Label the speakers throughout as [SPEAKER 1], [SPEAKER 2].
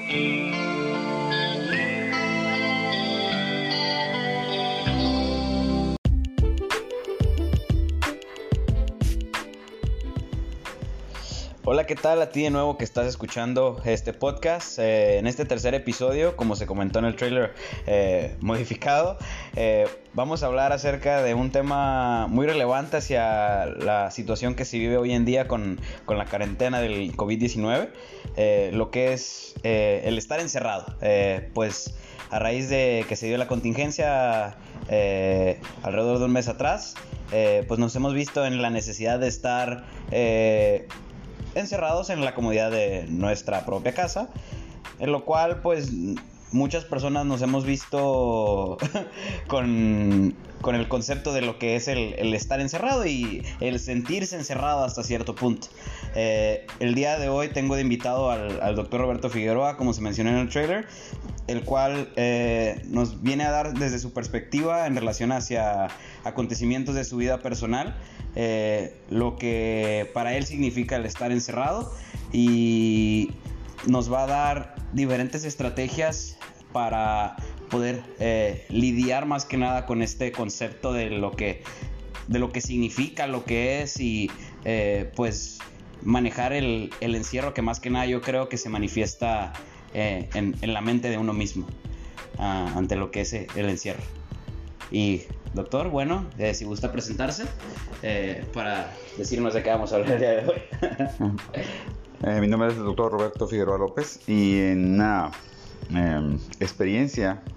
[SPEAKER 1] Hola, ¿qué tal? A ti de nuevo que estás escuchando este podcast. En este tercer episodio, como se comentó en el trailer modificado, vamos a hablar acerca de un tema muy relevante hacia la situación que se vive hoy en día con la cuarentena del COVID-19, lo que es el estar encerrado. Pues a raíz de que se dio la contingencia alrededor de un mes atrás, pues nos hemos visto en la necesidad de estar encerrados en la comodidad de nuestra propia casa, en lo cual pues muchas personas nos hemos visto con el concepto de lo que es el estar encerrado y el sentirse encerrado hasta cierto punto. El día de hoy tengo de invitado al doctor Roberto Figueroa, como se mencionó en el trailer, el cual nos viene a dar desde su perspectiva en relación hacia acontecimientos de su vida personal, lo que para él significa el estar encerrado, y nos va a dar diferentes estrategias para poder lidiar más que nada con este concepto de lo que significa, lo que es, y pues manejar el encierro, que más que nada yo creo que se manifiesta en la mente de uno mismo ante lo que es el encierro. Y doctor, bueno, si gusta presentarse para decirnos de qué vamos a hablar el día de hoy.
[SPEAKER 2] Mi nombre es el doctor Roberto Figueroa López, y en una experiencia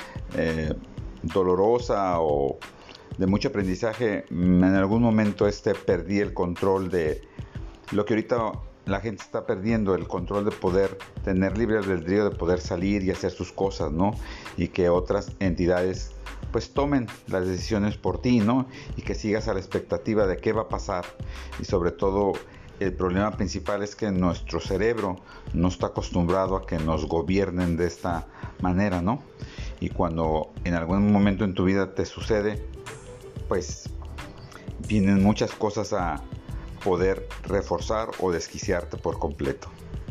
[SPEAKER 2] dolorosa o de mucho aprendizaje, en algún momento perdí el control de lo que ahorita la gente está perdiendo, el control de poder tener libre albedrío, de poder salir y hacer sus cosas, ¿no? Y que otras entidades pues tomen las decisiones por ti, ¿no? Y que sigas a la expectativa de qué va a pasar. Y sobre todo, el problema principal es que nuestro cerebro no está acostumbrado a que nos gobiernen de esta manera, ¿no? Y cuando en algún momento en tu vida te sucede, pues vienen muchas cosas a poder reforzar o desquiciarte por completo.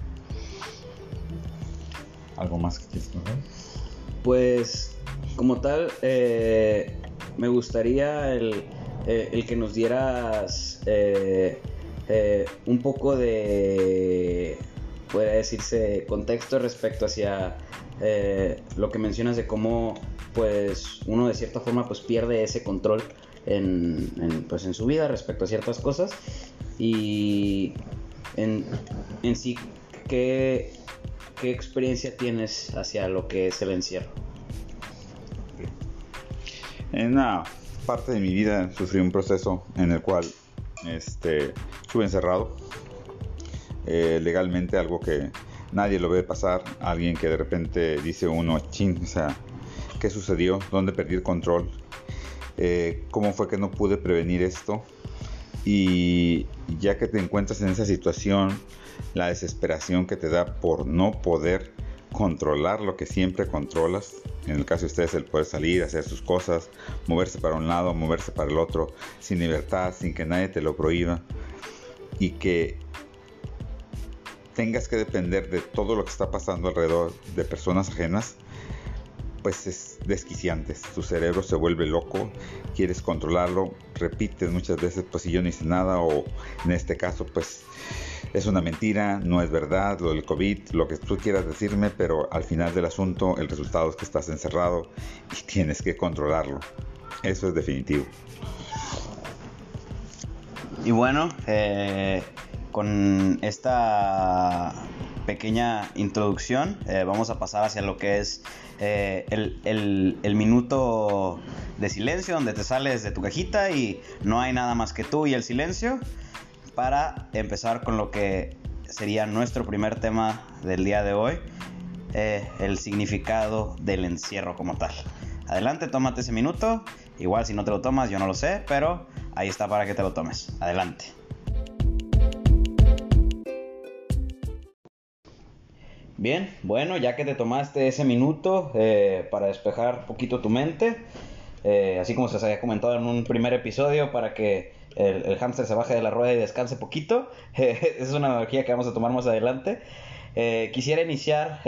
[SPEAKER 2] ¿Algo más que quieras comentar?
[SPEAKER 1] Pues como tal, me gustaría el que nos dieras un poco de, podría decirse, contexto respecto hacia lo que mencionas de cómo pues uno de cierta forma pues pierde ese control en su vida respecto a ciertas cosas, y en sí qué experiencia tienes hacia lo que es el encierro.
[SPEAKER 2] En una parte de mi vida sufrí un proceso en el cual estuve encerrado legalmente, algo que nadie lo ve pasar. Alguien que de repente dice uno, chin, o sea, ¿qué sucedió? ¿Dónde perdí el control? ¿Cómo fue que no pude prevenir esto? Y ya que te encuentras en esa situación, la desesperación que te da por no poder controlar lo que siempre controlas, en el caso de ustedes el poder salir, hacer sus cosas, moverse para un lado, moverse para el otro, sin libertad, sin que nadie te lo prohíba, y que tengas que depender de todo lo que está pasando alrededor de personas ajenas, pues es desquiciante. Tu cerebro se vuelve loco, quieres controlarlo, repites muchas veces, pues si yo no hice nada, o en este caso pues es una mentira, no es verdad, lo del COVID, lo que tú quieras decirme, pero al final del asunto el resultado es que estás encerrado y tienes que controlarlo. Eso es definitivo.
[SPEAKER 1] Y bueno, con esta pequeña introducción vamos a pasar hacia lo que es el minuto de silencio, donde te sales de tu cajita y no hay nada más que tú y el silencio, para empezar con lo que sería nuestro primer tema del día de hoy, el significado del encierro como tal. Adelante, tómate ese minuto. Igual si no te lo tomas, yo no lo sé, pero ahí está para que te lo tomes. Adelante. Bien, bueno, ya que te tomaste ese minuto para despejar un poquito tu mente, así como se os había comentado en un primer episodio, para que el hámster se baje de la rueda y descanse poquito, esa es una analogía que vamos a tomar más adelante. quisiera iniciar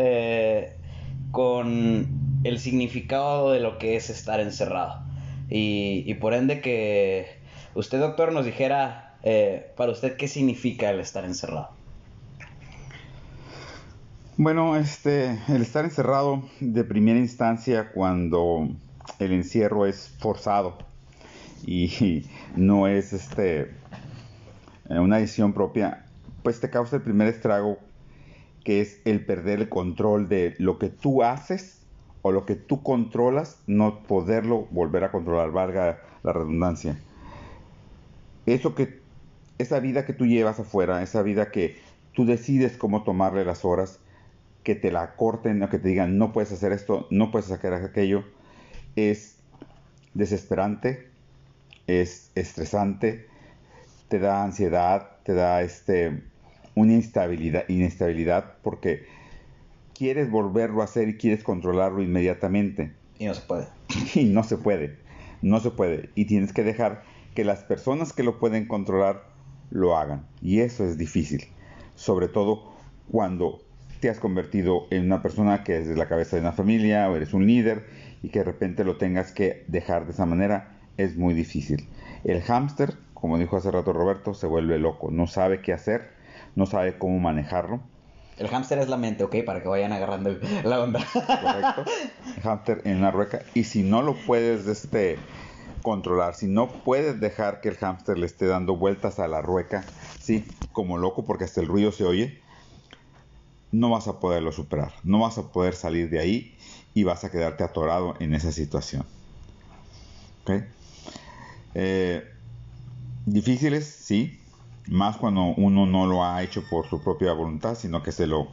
[SPEAKER 1] con el significado de lo que es estar encerrado. Y por ende que usted, doctor, nos dijera para usted qué significa el estar encerrado.
[SPEAKER 2] Bueno, el estar encerrado de primera instancia cuando el encierro es forzado y no es una decisión propia, pues te causa el primer estrago, que es el perder el control de lo que tú haces o lo que tú controlas, no poderlo volver a controlar, valga la redundancia. Esa vida que tú llevas afuera, esa vida que tú decides cómo tomarle las horas, que te la corten o que te digan no puedes hacer esto, no puedes sacar aquello, es desesperante, es estresante, te da ansiedad, te da una inestabilidad porque quieres volverlo a hacer y quieres controlarlo inmediatamente.
[SPEAKER 1] Y no se puede.
[SPEAKER 2] Y no se puede, no se puede. Y tienes que dejar que las personas que lo pueden controlar lo hagan. Y eso es difícil, sobre todo cuando te has convertido en una persona que es la cabeza de una familia o eres un líder y que de repente lo tengas que dejar de esa manera, es muy difícil. El hámster, como dijo hace rato Roberto, se vuelve loco, no sabe qué hacer, no sabe cómo manejarlo.
[SPEAKER 1] El hámster es la mente, ¿ok? Para que vayan agarrando la onda.
[SPEAKER 2] Correcto. El hámster en la rueca. Y si no lo puedes controlar, si no puedes dejar que el hámster le esté dando vueltas a la rueca, sí, como loco, porque hasta el ruido se oye, no vas a poderlo superar, no vas a poder salir de ahí y vas a quedarte atorado en esa situación. ¿Ok? Difíciles, sí, más cuando uno no lo ha hecho por su propia voluntad, sino que se lo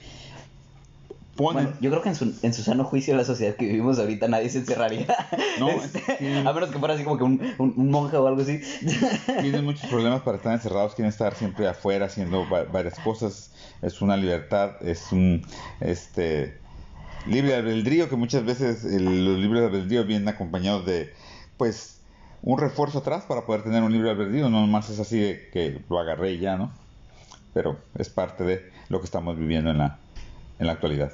[SPEAKER 2] pone.
[SPEAKER 1] Bueno, yo creo que en su sano juicio la sociedad que vivimos ahorita nadie se encerraría.
[SPEAKER 2] No,
[SPEAKER 1] a menos que fuera así como que un monje o algo así.
[SPEAKER 2] Tienen muchos problemas para estar encerrados, quieren estar siempre afuera haciendo varias cosas. Es una libertad, es un libre albedrío, que muchas veces los libres albedrío vienen acompañados de pues un refuerzo atrás para poder tener un libre albedrío. No nomás es así de que lo agarré y ya, ¿no? Pero es parte de lo que estamos viviendo en la actualidad.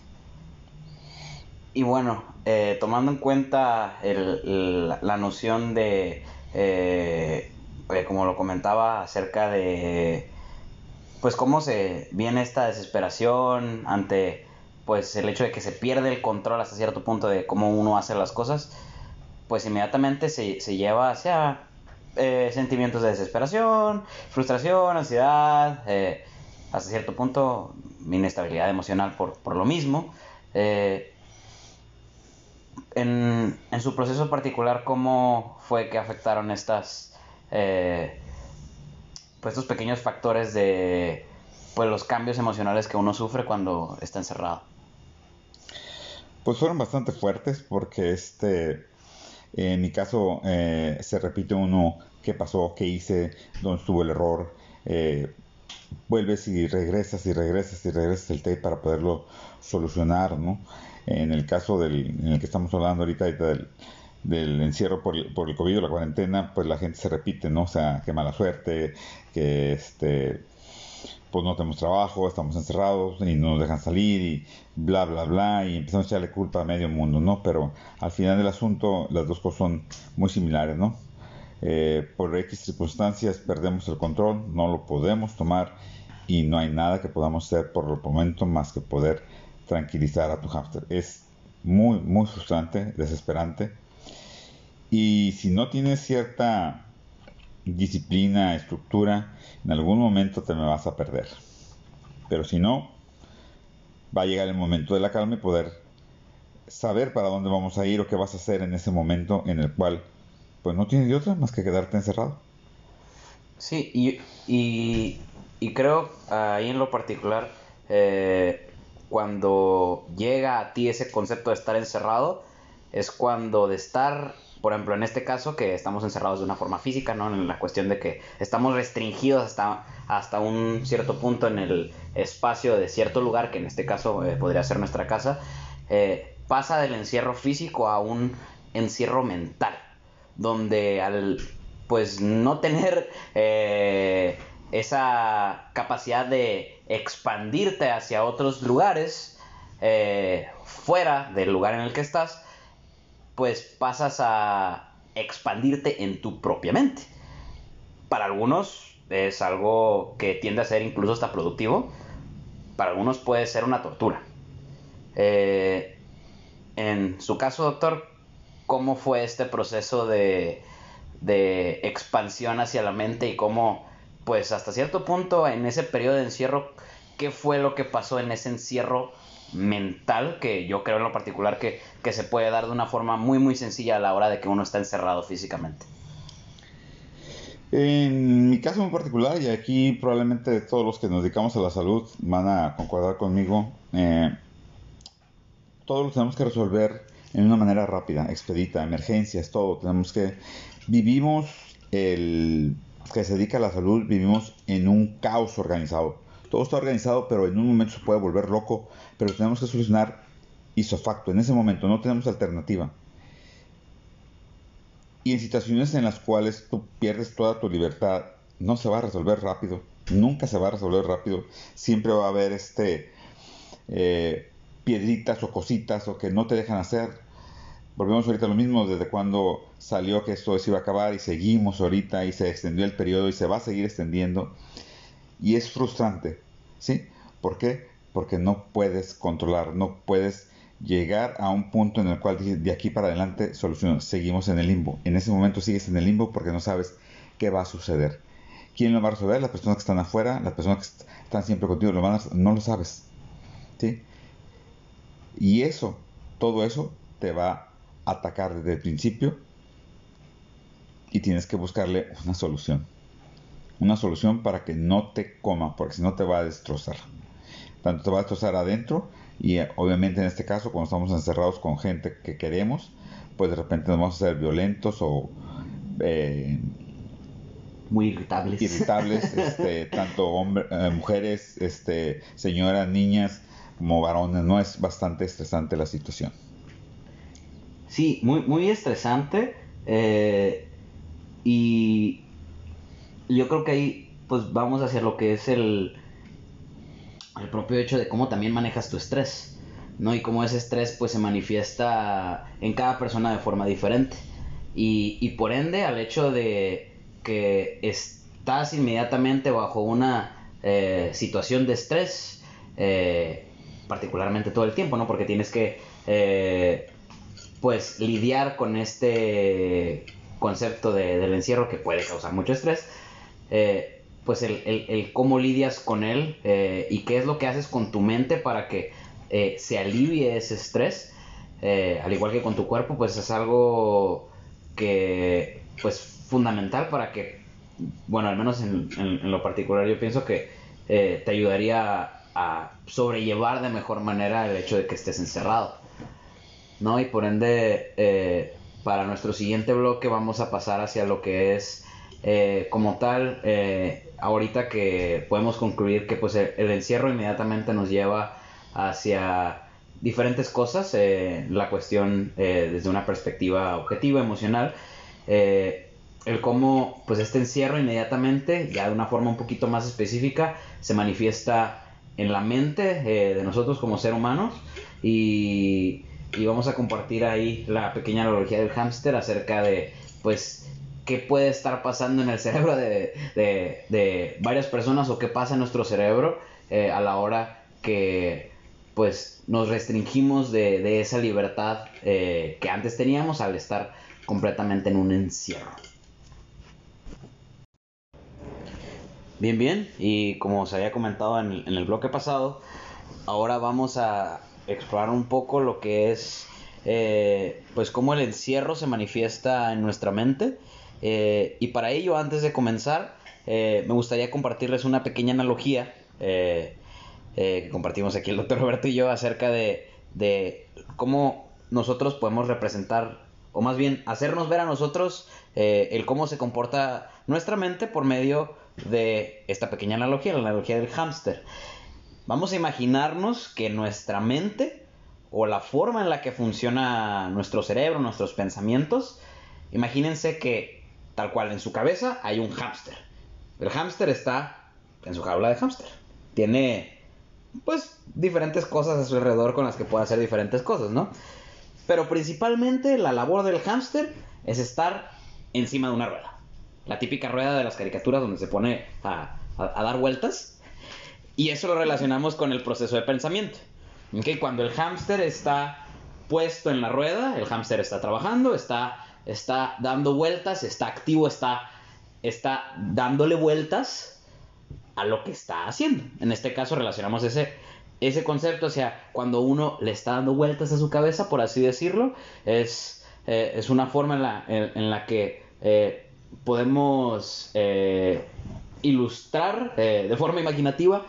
[SPEAKER 1] Y bueno, tomando en cuenta la noción de, como lo comentaba, acerca de, pues cómo se viene esta desesperación ante, pues el hecho de que se pierde el control hasta cierto punto de cómo uno hace las cosas, pues inmediatamente se lleva hacia sentimientos de desesperación, frustración, ansiedad, hasta cierto punto inestabilidad emocional por lo mismo. En su proceso particular, ¿cómo fue que afectaron pues estos pequeños factores de pues los cambios emocionales que uno sufre cuando está encerrado?
[SPEAKER 2] Pues fueron bastante fuertes porque en mi caso se repite uno qué pasó, qué hice, dónde estuvo el error. Vuelves y regresas y regresas y regresas el tape para poderlo solucionar, ¿no? En el caso en el que estamos hablando ahorita del encierro por el COVID o la cuarentena, pues la gente se repite, ¿no? O sea, qué mala suerte, que pues no tenemos trabajo, estamos encerrados y no nos dejan salir y bla, bla, bla, y empezamos a echarle culpa a medio mundo, ¿no? Pero al final del asunto las dos cosas son muy similares, ¿no? Por X circunstancias perdemos el control, no lo podemos tomar y no hay nada que podamos hacer por el momento más que poder tranquilizar a tu hámster. Es muy, muy frustrante, desesperante, y si no tienes cierta disciplina, estructura, en algún momento te me vas a perder. Pero si no, va a llegar el momento de la calma y poder saber para dónde vamos a ir o qué vas a hacer en ese momento en el cual pues no tienes de otra más que quedarte encerrado.
[SPEAKER 1] Sí, y creo ahí en lo particular, cuando llega a ti ese concepto de estar encerrado, es cuando de estar, por ejemplo, en este caso, que estamos encerrados de una forma física, ¿no? En la cuestión de que estamos restringidos hasta un cierto punto en el espacio de cierto lugar, que en este caso podría ser nuestra casa, pasa del encierro físico a un encierro mental, donde al pues no tener esa capacidad de expandirte hacia otros lugares fuera del lugar en el que estás, pues pasas a expandirte en tu propia mente. Para algunos es algo que tiende a ser incluso hasta productivo, para algunos puede ser una tortura. En su caso, doctor, ¿cómo fue este proceso de expansión hacia la mente y cómo, pues hasta cierto punto en ese periodo de encierro, qué fue lo que pasó en ese encierro mental, que yo creo en lo particular que se puede dar de una forma muy muy sencilla a la hora de que uno está encerrado físicamente?
[SPEAKER 2] En mi caso en particular, y aquí probablemente todos los que nos dedicamos a la salud van a concordar conmigo, todo lo tenemos que resolver en una manera rápida, expedita, emergencias, todo. Vivimos, el que se dedica a la salud, vivimos en un caos organizado. Todo está organizado, pero en un momento se puede volver loco, pero tenemos que solucionar isofacto, en ese momento, no tenemos alternativa. Y en situaciones en las cuales tú pierdes toda tu libertad, no se va a resolver rápido, nunca se va a resolver rápido, siempre va a haber piedritas o cositas o que no te dejan hacer. Volvemos ahorita a lo mismo, desde cuando salió que esto se iba a acabar y seguimos ahorita y se extendió el periodo y se va a seguir extendiendo y es frustrante, ¿sí? ¿Por qué? Porque no puedes controlar, no puedes llegar a un punto en el cual de aquí para adelante solucionas. Seguimos en el limbo. En ese momento sigues en el limbo porque no sabes qué va a suceder. ¿Quién lo va a resolver? Las personas que están afuera, las personas que están siempre contigo, no lo sabes, ¿sí? Y eso, todo eso te va a atacar desde el principio y tienes que buscarle una solución. Una solución para que no te coma, porque si no te va a destrozar. Tanto te va a destrozar adentro y obviamente en este caso cuando estamos encerrados con gente que queremos, pues de repente nos vamos a ser violentos o
[SPEAKER 1] muy irritables,
[SPEAKER 2] tanto mujeres, señoras, niñas como varones, no es bastante estresante la situación.
[SPEAKER 1] Sí, muy, muy estresante. Y yo creo que ahí pues vamos hacia lo que es el propio hecho de cómo también manejas tu estrés, ¿no? Y cómo ese estrés pues se manifiesta en cada persona de forma diferente. Y por ende, al hecho de que estás inmediatamente bajo una situación de estrés, particularmente todo el tiempo, ¿no? Porque tienes que pues lidiar con este concepto del encierro que puede causar mucho estrés, pues el cómo lidias con él y qué es lo que haces con tu mente para que se alivie ese estrés, al igual que con tu cuerpo, pues es algo que pues fundamental para que, bueno, al menos en lo particular yo pienso que te ayudaría a sobrellevar de mejor manera el hecho de que estés encerrado, ¿no? Y por ende, para nuestro siguiente bloque vamos a pasar hacia lo que es como tal, ahorita que podemos concluir que pues el encierro inmediatamente nos lleva hacia diferentes cosas, la cuestión desde una perspectiva objetiva, emocional, el cómo pues este encierro inmediatamente, ya de una forma un poquito más específica, se manifiesta en la mente de nosotros como seres humanos y vamos a compartir ahí la pequeña analogía del hámster acerca de pues qué puede estar pasando en el cerebro de varias personas o qué pasa en nuestro cerebro a la hora que pues nos restringimos de esa libertad que antes teníamos al estar completamente en un encierro. Bien, bien, y como se había comentado en el bloque pasado, ahora vamos a explorar un poco lo que es pues cómo el encierro se manifiesta en nuestra mente, y para ello, antes de comenzar, me gustaría compartirles una pequeña analogía que compartimos aquí el doctor Roberto y yo acerca de cómo nosotros podemos representar, o más bien hacernos ver a nosotros el cómo se comporta nuestra mente por medio de esta pequeña analogía, la analogía del hámster. Vamos a imaginarnos que nuestra mente o la forma en la que funciona nuestro cerebro, nuestros pensamientos, imagínense que tal cual en su cabeza hay un hámster. El hámster está en su jaula de hámster. Tiene, pues, diferentes cosas a su alrededor con las que puede hacer diferentes cosas, ¿no? Pero principalmente la labor del hámster es estar encima de una rueda. La típica rueda de las caricaturas donde se pone a dar vueltas. Y eso lo relacionamos con el proceso de pensamiento. ¿Okay? Cuando el hámster está puesto en la rueda, el hámster está trabajando, está dando vueltas, está activo, está dándole vueltas a lo que está haciendo. En este caso relacionamos ese concepto, o sea, cuando uno le está dando vueltas a su cabeza, por así decirlo, es una forma en la que podemos ilustrar de forma imaginativa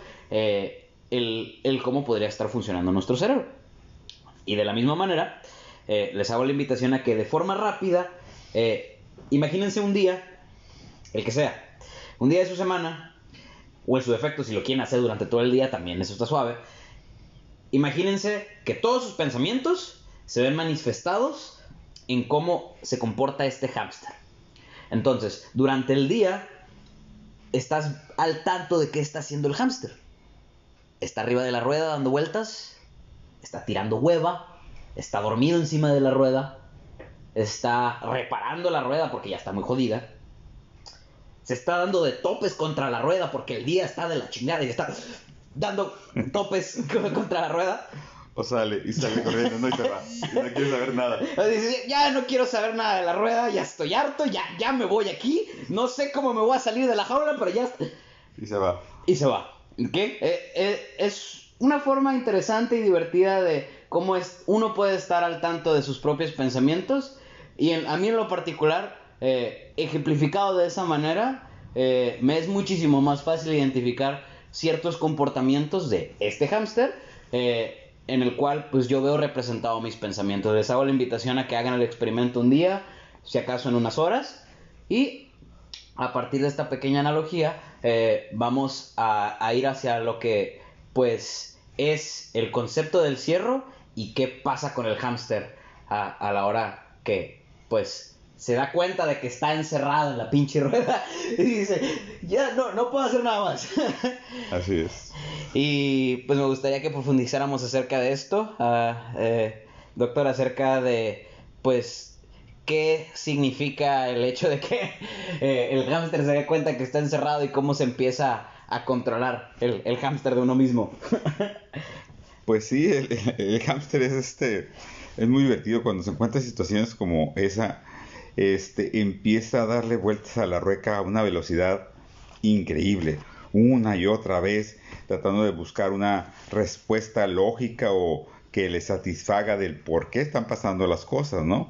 [SPEAKER 1] el cómo podría estar funcionando nuestro cerebro. Y de la misma manera, les hago la invitación a que de forma rápida, imagínense un día, el que sea, un día de su semana, o en su defecto, si lo quieren hacer durante todo el día, también eso está suave. Imagínense que todos sus pensamientos se ven manifestados en cómo se comporta este hámster. Entonces, durante el día, estás al tanto de qué está haciendo el hámster. Está arriba de la rueda dando vueltas, está tirando hueva, está dormido encima de la rueda, está reparando la rueda porque ya está muy jodida, se está dando de topes contra la rueda porque el día está de la chingada y está dando topes contra la rueda.
[SPEAKER 2] O sale corriendo, ¿no? Y se va. Y no quiere saber nada.
[SPEAKER 1] Dice, ya no quiero saber nada de la rueda, ya estoy harto, ya me voy aquí. No sé cómo me voy a salir de la jaula, pero ya...
[SPEAKER 2] Y se va.
[SPEAKER 1] ¿Qué? Es una forma interesante y divertida de cómo uno puede estar al tanto de sus propios pensamientos. Y a mí en lo particular, ejemplificado de esa manera, me es muchísimo más fácil identificar ciertos comportamientos de este hámster, en el cual pues yo veo representado mis pensamientos. Les hago la invitación a que hagan el experimento un día, si acaso en unas horas, y a partir de esta pequeña analogía vamos a ir hacia lo que pues es el concepto del cierro y qué pasa con el hámster a la hora que pues se da cuenta de que está encerrado en la pinche rueda y dice, ya no puedo hacer nada más.
[SPEAKER 2] Así es.
[SPEAKER 1] Y pues me gustaría que profundizáramos acerca de esto, doctor, acerca de pues qué significa el hecho de que el hámster se dé cuenta que está encerrado y cómo se empieza a controlar el hámster de uno mismo.
[SPEAKER 2] Pues sí, el hámster es muy divertido cuando se encuentra en situaciones como esa. Empieza a darle vueltas a la rueca a una velocidad increíble, una y otra vez, tratando de buscar una respuesta lógica o que le satisfaga del por qué están pasando las cosas, ¿no?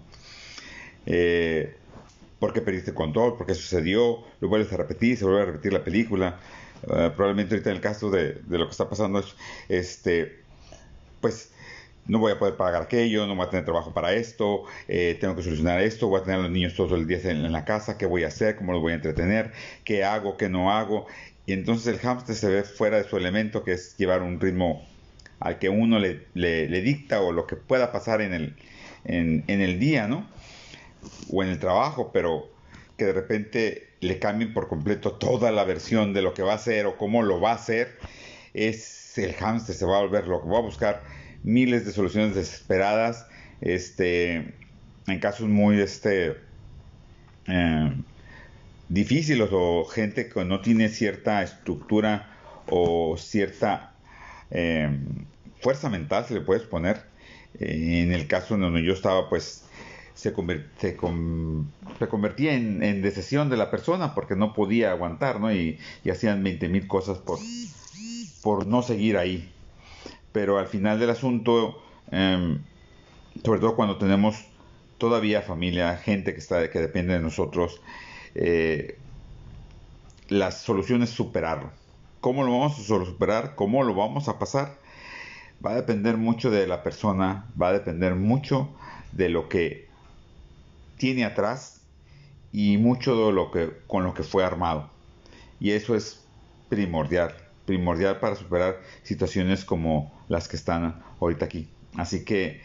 [SPEAKER 2] ¿Por qué perdiste el control? ¿Por qué sucedió? Lo vuelves a repetir, se vuelve a repetir la película. Probablemente ahorita en el caso de lo que está pasando es, pues no voy a poder pagar aquello, no voy a tener trabajo para esto, tengo que solucionar esto, voy a tener a los niños todos el día en la casa, ¿qué voy a hacer? ¿Cómo los voy a entretener? ¿Qué hago? ¿Qué no hago? Y entonces el hámster se ve fuera de su elemento, que es llevar un ritmo al que uno le dicta o lo que pueda pasar en el día, ¿no? O en el trabajo, pero que de repente le cambien por completo toda la versión de lo que va a hacer o cómo lo va a hacer. Es el hámster, se va a volver loco, va a buscar miles de soluciones desesperadas, en casos muy difíciles o gente que no tiene cierta estructura o cierta fuerza mental, se le puede poner. En el caso en donde yo estaba, pues se convertía en decisión de la persona porque no podía aguantar, ¿no? Y hacían 20,000 cosas por no seguir ahí. Pero al final del asunto, sobre todo cuando tenemos todavía familia, gente que depende de nosotros, la solución es superarlo. ¿Cómo lo vamos a superar? ¿Cómo lo vamos a pasar? Va a depender mucho de la persona, va a depender mucho de lo que tiene atrás y mucho de con lo que fue armado. Y eso es primordial para superar situaciones como las que están ahorita aquí. Así que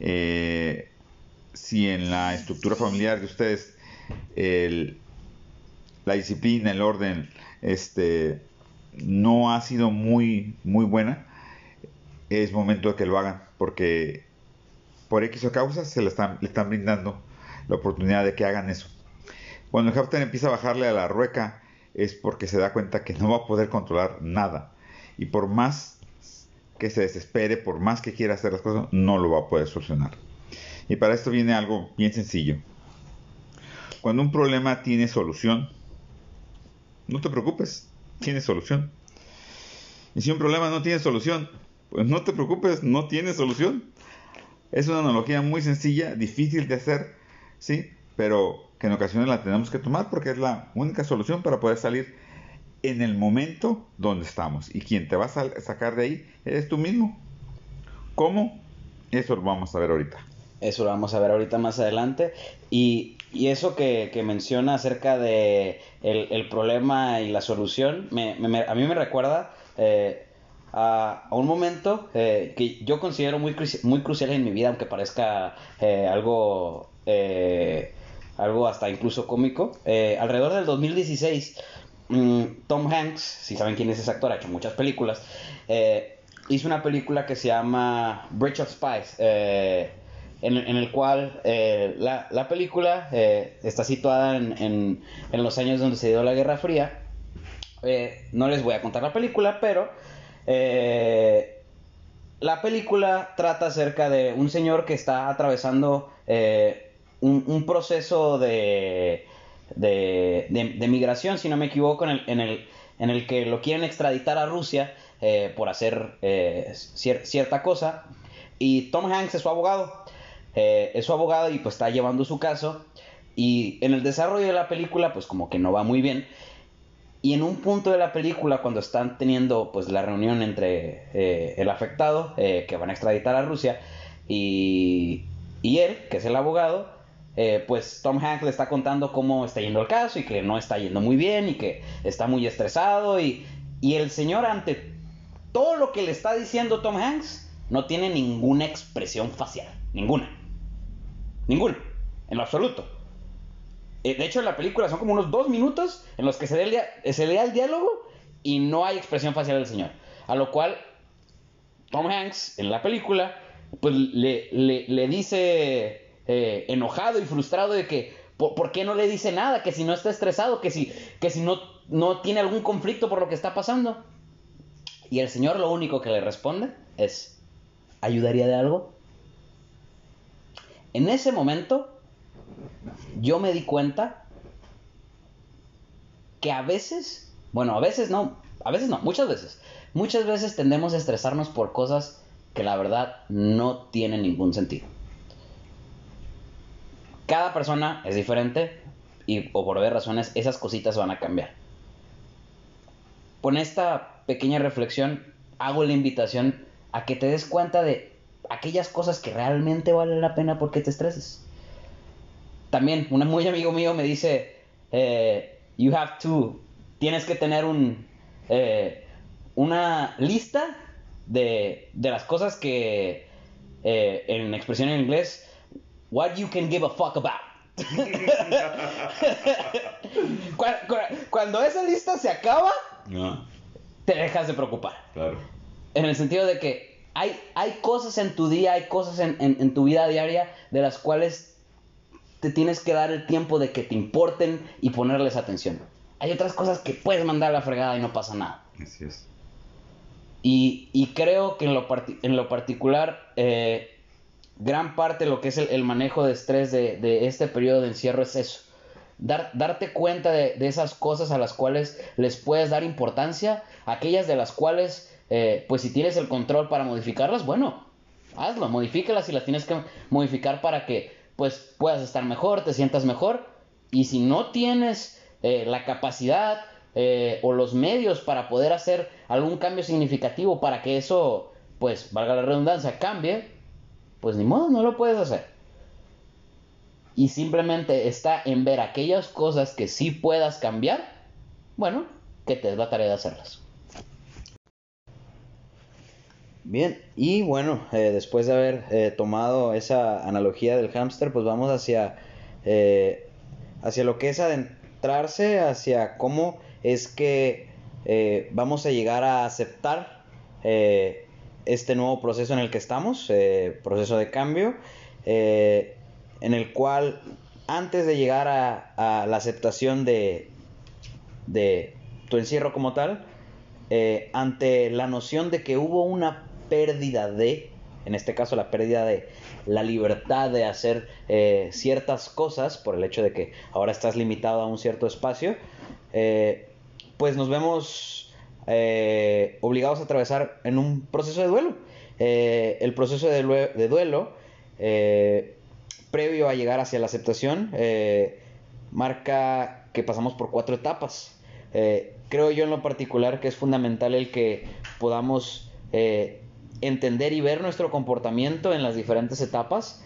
[SPEAKER 2] si en la estructura familiar de ustedes la disciplina, el orden, no ha sido muy buena, es momento de que lo hagan, porque por X o causas le están brindando la oportunidad de que hagan eso. Cuando el hámster empieza a bajarle a la rueca es porque se da cuenta que no va a poder controlar nada, y por más que se desespere, por más que quiera hacer las cosas, no lo va a poder solucionar. Y para esto viene algo bien sencillo. Cuando un problema tiene solución, no te preocupes, tiene solución. Y si un problema no tiene solución, pues no te preocupes, no tiene solución. Es una analogía muy sencilla, difícil de hacer, sí, pero que en ocasiones la tenemos que tomar porque es la única solución para poder salir en el momento donde estamos. Y quien te va a sacar de ahí eres tú mismo. ¿Cómo? Eso lo vamos a ver ahorita.
[SPEAKER 1] Eso lo vamos a ver ahorita más adelante. Y eso que menciona acerca de el problema y la solución, a mí me recuerda a un momento que yo considero muy crucial en mi vida, aunque parezca algo hasta incluso cómico. Alrededor del 2016, Tom Hanks, si saben quién es ese actor, ha hecho muchas películas, hizo una película que se llama Bridge of Spies, en el cual la película está situada en los años donde se dio la Guerra Fría. No les voy a contar la película, pero la película trata acerca de un señor que está atravesando un proceso de migración, si no me equivoco, en el que lo quieren extraditar a Rusia por hacer cierta cosa. Y Tom Hanks es su abogado. Y pues está llevando su caso. Y en el desarrollo de la película pues como que no va muy bien. Y en un punto de la película, cuando están teniendo pues la reunión entre el afectado, que van a extraditar a Rusia, y él, que es el abogado, pues Tom Hanks le está contando cómo está yendo el caso y que no está yendo muy bien y que está muy estresado. Y el señor, ante todo lo que le está diciendo Tom Hanks, no tiene ninguna expresión facial. Ninguna, en lo absoluto. De hecho, en la película son como unos 2 minutos en los que se lea el diálogo y no hay expresión facial del señor. A lo cual Tom Hanks en la película pues le dice enojado y frustrado de que ¿por qué no le dice nada? Que si no está estresado, que si no tiene algún conflicto por lo que está pasando. Y el señor lo único que le responde es: ¿ayudaría de algo? En ese momento yo me di cuenta que muchas veces tendemos a estresarnos por cosas que la verdad no tienen ningún sentido. Cada persona es diferente o por varias razones esas cositas van a cambiar. Con esta pequeña reflexión hago la invitación a que te des cuenta de aquellas cosas que realmente valen la pena porque te estreses. También un muy amigo mío me dice, tienes que tener una lista de las cosas que en expresión en inglés, what you can give a fuck about. Cuando esa lista se acaba, no, te dejas de preocupar.
[SPEAKER 2] Claro.
[SPEAKER 1] En el sentido de que hay cosas en tu día, hay cosas en tu vida diaria de las cuales te tienes que dar el tiempo de que te importen y ponerles atención. Hay otras cosas que puedes mandar a la fregada y no pasa nada.
[SPEAKER 2] Así es.
[SPEAKER 1] Y creo que en lo particular, gran parte de lo que es el manejo de estrés de este periodo de encierro es eso. Darte cuenta de esas cosas a las cuales les puedes dar importancia, aquellas de las cuales, pues si tienes el control para modificarlas, bueno, hazlo, modifícalas si las tienes que modificar para que pues puedas estar mejor, te sientas mejor. Y si no tienes la capacidad o los medios para poder hacer algún cambio significativo para que eso, pues valga la redundancia, cambie, pues ni modo, no lo puedes hacer. Y simplemente está en ver aquellas cosas que sí puedas cambiar, bueno, que te des la tarea de hacerlas. Bien, y bueno, después de haber tomado esa analogía del hámster, pues vamos hacia lo que es adentrarse, hacia cómo es que vamos a llegar a aceptar este nuevo proceso en el que estamos, proceso de cambio, en el cual antes de llegar a la aceptación de tu encierro como tal, ante la noción de que hubo una pérdida en este caso la pérdida de la libertad de hacer ciertas cosas por el hecho de que ahora estás limitado a un cierto espacio, pues nos vemos obligados a atravesar en un proceso de duelo. El proceso de duelo, previo a llegar hacia la aceptación, marca que pasamos por 4 etapas. Creo yo en lo particular que es fundamental el que podamos entender y ver nuestro comportamiento en las diferentes etapas,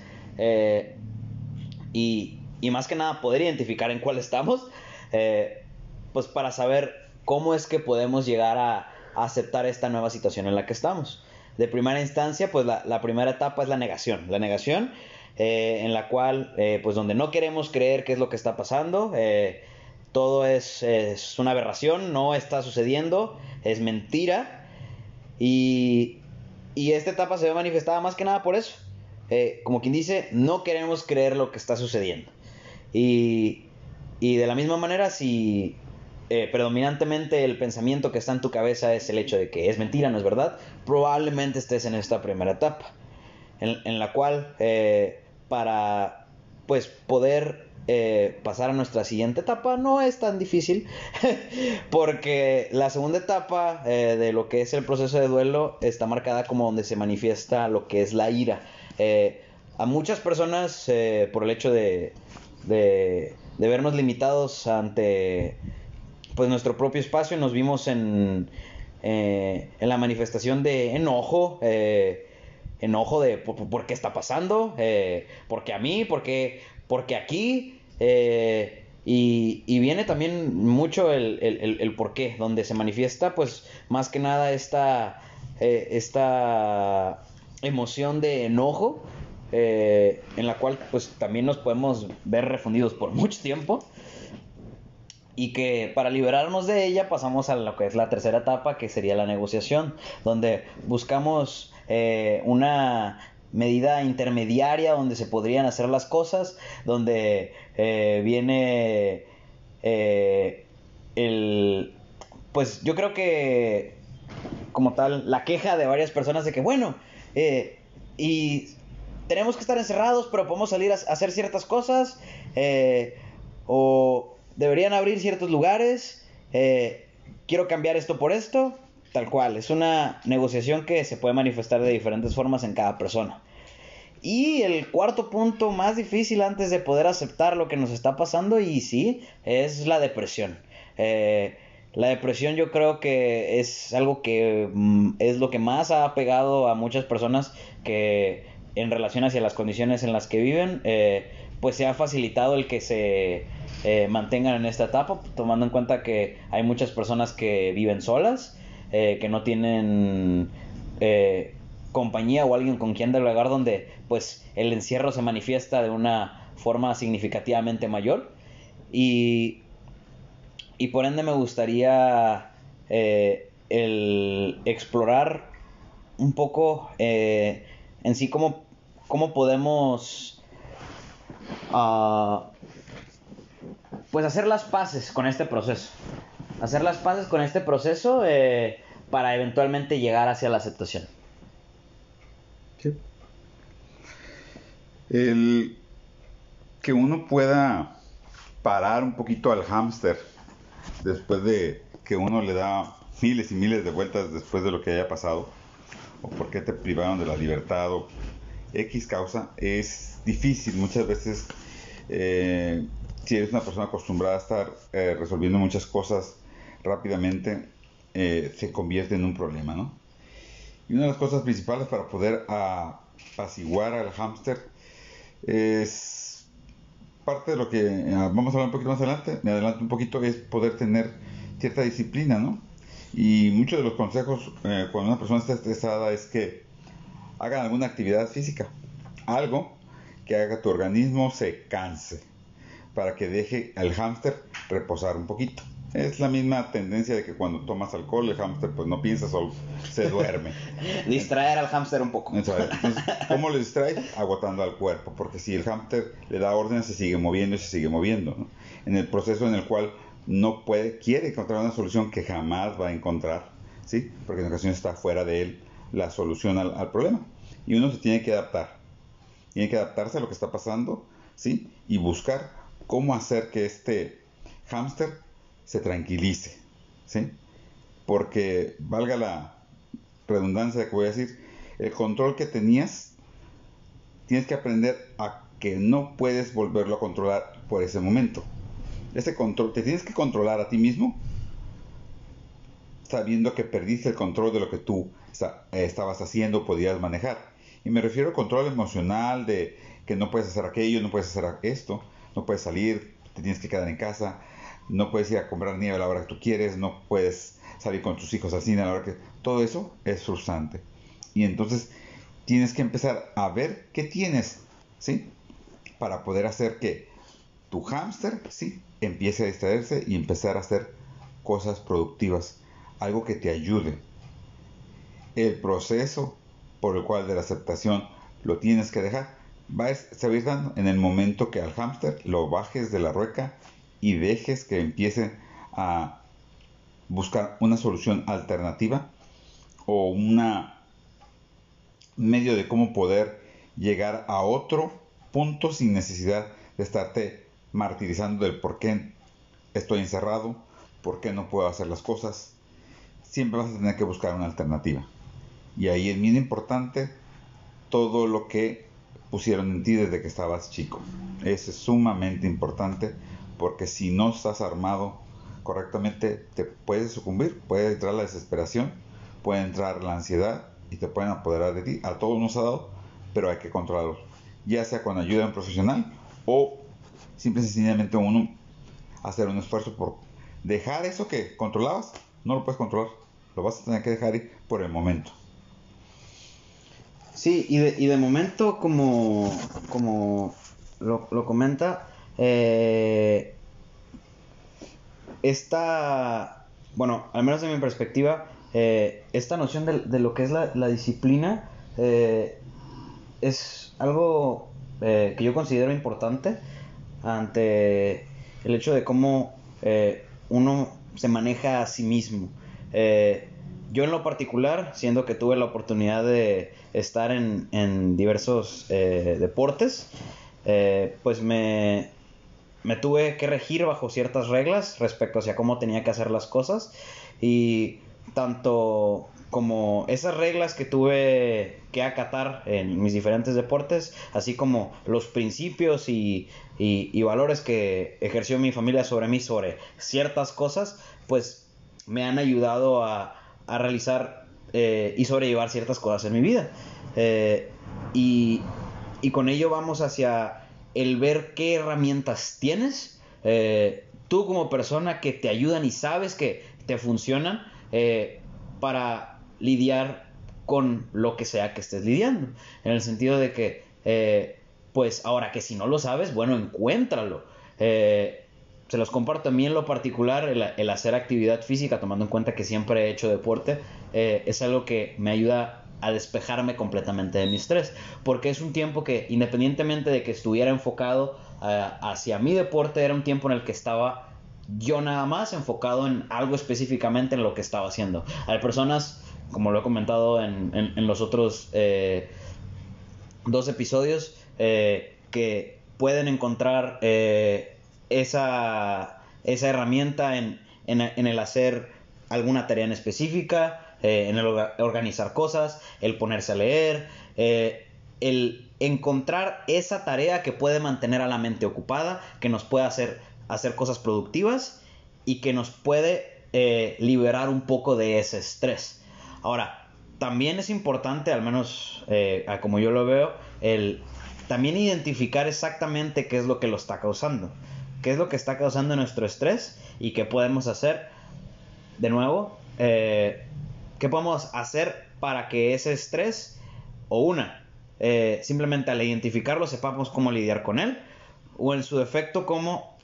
[SPEAKER 1] y más que nada poder identificar en cuál estamos, pues para saber cómo es que podemos llegar a aceptar esta nueva situación en la que estamos. De primera instancia, pues la primera etapa es la negación. La negación, en la cual, pues donde no queremos creer qué es lo que está pasando, todo es una aberración, no está sucediendo, es mentira. Y esta etapa se ve manifestada más que nada por eso. Como quien dice, no queremos creer lo que está sucediendo. Y de la misma manera, si predominantemente el pensamiento que está en tu cabeza es el hecho de que es mentira, no es verdad, probablemente estés en esta primera etapa, en la cual para pues poder pasar a nuestra siguiente etapa no es tan difícil, porque la segunda etapa de lo que es el proceso de duelo está marcada como donde se manifiesta lo que es la ira. A muchas personas, por el hecho de vernos limitados ante pues nuestro propio espacio, nos vimos en la manifestación de enojo, enojo de por qué está pasando, por qué a mí, por qué aquí, y viene también mucho el por qué, donde se manifiesta pues más que nada esta emoción de enojo, en la cual pues también nos podemos ver refundidos por mucho tiempo, y que para liberarnos de ella pasamos a lo que es la tercera etapa, que sería la negociación, donde buscamos una medida intermediaria donde se podrían hacer las cosas, donde viene pues yo creo que como tal la queja de varias personas de que bueno, y tenemos que estar encerrados pero podemos salir a hacer ciertas cosas, o deberían abrir ciertos lugares, quiero cambiar esto por esto, tal cual. Es una negociación que se puede manifestar de diferentes formas en cada persona. Y el cuarto punto más difícil antes de poder aceptar lo que nos está pasando, y sí, es la depresión. La depresión yo creo que es algo que es lo que más ha pegado a muchas personas que en relación hacia las condiciones en las que viven, pues se ha facilitado el que se mantengan en esta etapa, tomando en cuenta que hay muchas personas que viven solas, que no tienen compañía o alguien con quien dialogar, donde pues el encierro se manifiesta de una forma significativamente mayor, y por ende me gustaría el explorar un poco en sí cómo podemos pues hacer las paces con este proceso. Hacer las paces con este proceso para eventualmente llegar hacia la aceptación.
[SPEAKER 2] Sí. El que uno pueda parar un poquito al hámster después de que uno le da miles y miles de vueltas después de lo que haya pasado, o por qué te privaron de la libertad, o X causa, es difícil. Muchas veces, si eres una persona acostumbrada a estar resolviendo muchas cosas rápidamente, se convierte en un problema, ¿no? Y una de las cosas principales para poder apaciguar al hámster es parte de lo que vamos a hablar un poquito más adelante, me adelanto un poquito, es poder tener cierta disciplina, ¿no? Y muchos de los consejos cuando una persona está estresada es que hagan alguna actividad física, algo que haga que tu organismo se canse, para que deje al hámster reposar un poquito. Es la misma tendencia de que cuando tomas alcohol el hámster pues no piensa, solo se duerme.
[SPEAKER 1] Distraer al hámster un poco.
[SPEAKER 2] Entonces, ¿cómo lo distraes? Agotando al cuerpo, porque si el hámster le da órdenes se sigue moviendo y se sigue moviendo, ¿no? En el proceso en el cual quiere encontrar una solución que jamás va a encontrar, ¿sí? Porque en ocasiones está fuera de él la solución al problema. Y uno se tiene que adaptar. Tiene que adaptarse a lo que está pasando, ¿sí? Y buscar cómo hacer que este hámster se tranquilice, ¿sí? Porque, valga la redundancia que voy a decir, el control que tenías, tienes que aprender a que no puedes volverlo a controlar por ese momento. Ese control, te tienes que controlar a ti mismo, sabiendo que perdiste el control de lo que tú estabas haciendo, podías manejar. Y me refiero al control emocional de que no puedes hacer aquello, no puedes hacer esto, no puedes salir, te tienes que quedar en casa, no puedes ir a comprar nieve a la hora que tú quieres, no puedes salir con tus hijos al cine a la hora que... Todo eso es frustrante. Y entonces tienes que empezar a ver qué tienes, ¿sí? Para poder hacer que tu hámster, ¿sí? Empiece a distraerse y empezar a hacer cosas productivas, algo que te ayude. El proceso por el cual de la aceptación lo tienes que dejar se va a ir dando en el momento que al hámster lo bajes de la rueca y dejes que empiece a buscar una solución alternativa o una medio de cómo poder llegar a otro punto sin necesidad de estarte martirizando del por qué estoy encerrado, por qué no puedo hacer las cosas. Siempre vas a tener que buscar una alternativa. Y ahí es bien importante todo lo que pusieron en ti desde que estabas chico. Eso es sumamente importante, porque si no estás armado correctamente, te puedes sucumbir, puede entrar la desesperación, puede entrar la ansiedad y te pueden apoderar de ti. A todos nos ha dado, pero hay que controlarlo, ya sea con ayuda de un profesional o simple y sencillamente uno hacer un esfuerzo por dejar eso que controlabas. No lo puedes controlar, lo vas a tener que dejar ir por el momento.
[SPEAKER 1] Sí, y de momento, como lo comenta, bueno, al menos de mi perspectiva, esta noción de lo que es la disciplina es algo que yo considero importante ante el hecho de cómo uno se maneja a sí mismo. Yo en lo particular, siendo que tuve la oportunidad de estar en diversos deportes, pues me tuve que regir bajo ciertas reglas respecto hacia cómo tenía que hacer las cosas, y tanto como esas reglas que tuve que acatar en mis diferentes deportes, así como los principios y valores que ejerció mi familia sobre mí, sobre ciertas cosas, pues me han ayudado a realizar y sobrellevar ciertas cosas en mi vida. Y con ello vamos hacia el ver qué herramientas tienes, tú como persona, que te ayudan y sabes que te funcionan para lidiar con lo que sea que estés lidiando. En el sentido de que, pues ahora que si no lo sabes, bueno, encuéntralo. Se los comparto a mí en lo particular, el hacer actividad física, tomando en cuenta que siempre he hecho deporte, es algo que me ayuda a despejarme completamente de mi estrés, porque es un tiempo que, independientemente de que estuviera enfocado hacia mi deporte, era un tiempo en el que estaba yo nada más enfocado en algo específicamente en lo que estaba haciendo. Hay personas, como lo he comentado en los otros 2 episodios, que pueden encontrar esa herramienta en el hacer alguna tarea en específica, en el organizar cosas, el ponerse a leer, el encontrar esa tarea que puede mantener a la mente ocupada, que nos puede hacer cosas productivas y que nos puede liberar un poco de ese estrés. Ahora, también es importante, al menos como yo lo veo, el también identificar exactamente qué es lo que lo está causando, qué es lo que está causando nuestro estrés y qué podemos hacer. De nuevo, ¿qué podemos hacer para que ese estrés, o simplemente al identificarlo sepamos cómo lidiar con él, o en su defecto cómo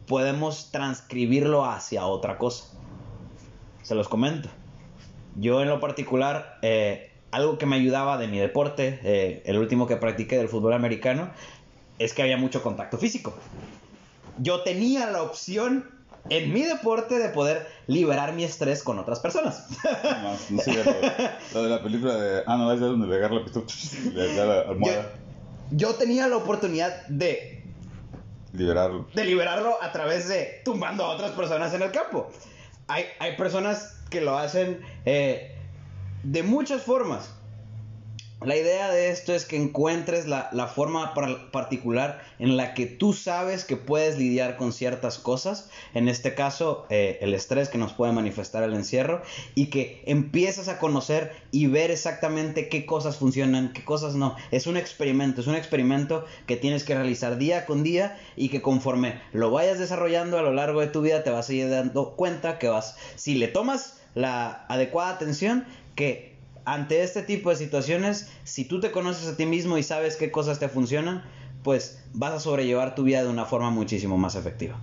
[SPEAKER 1] podemos transcribirlo hacia otra cosa. Se los comento. Yo en lo particular, algo que me ayudaba de mi deporte, el último que practiqué del fútbol americano, es que había mucho contacto físico. Yo tenía la opción en mi deporte de poder liberar mi estrés con otras personas.
[SPEAKER 2] No sé, lo de la película de... no, es de donde le agarra la pistola y le da la almohada.
[SPEAKER 1] Yo tenía la oportunidad de liberarlo a través de tumbando a otras personas en el campo. Hay personas que lo hacen de muchas formas. La idea de esto es que encuentres la forma particular en la que tú sabes que puedes lidiar con ciertas cosas. En este caso, el estrés que nos puede manifestar el encierro. Y que empiezas a conocer y ver exactamente qué cosas funcionan, qué cosas no. Es un experimento que tienes que realizar día con día. Y que conforme lo vayas desarrollando a lo largo de tu vida, te vas a ir dando cuenta que si le tomas la adecuada atención, que ante este tipo de situaciones, si tú te conoces a ti mismo y sabes qué cosas te funcionan, pues vas a sobrellevar tu vida de una forma muchísimo más efectiva.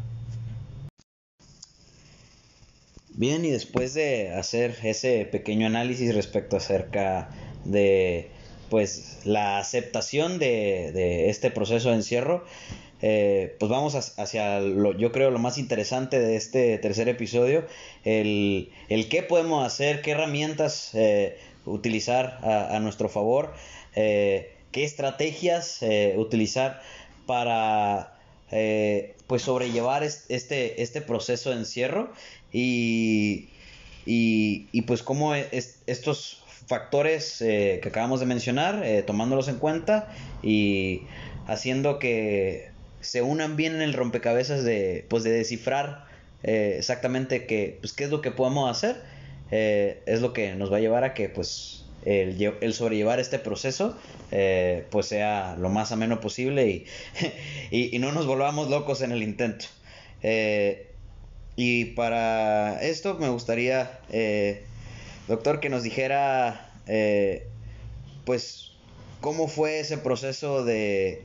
[SPEAKER 1] Bien, y después de hacer ese pequeño análisis respecto acerca de pues la aceptación de este proceso de encierro, pues vamos hacia yo creo lo más interesante de este tercer episodio, el qué podemos hacer, qué herramientas utilizar a nuestro favor, qué estrategias utilizar para pues sobrellevar este proceso de encierro y pues cómo estos factores que acabamos de mencionar, tomándolos en cuenta y haciendo que se unan bien en el rompecabezas de descifrar exactamente qué es lo que podemos hacer, es lo que nos va a llevar a que pues el sobrellevar este proceso pues sea lo más ameno posible y no nos volvamos locos en el intento. Y para esto me gustaría, doctor, que nos dijera pues cómo fue ese proceso de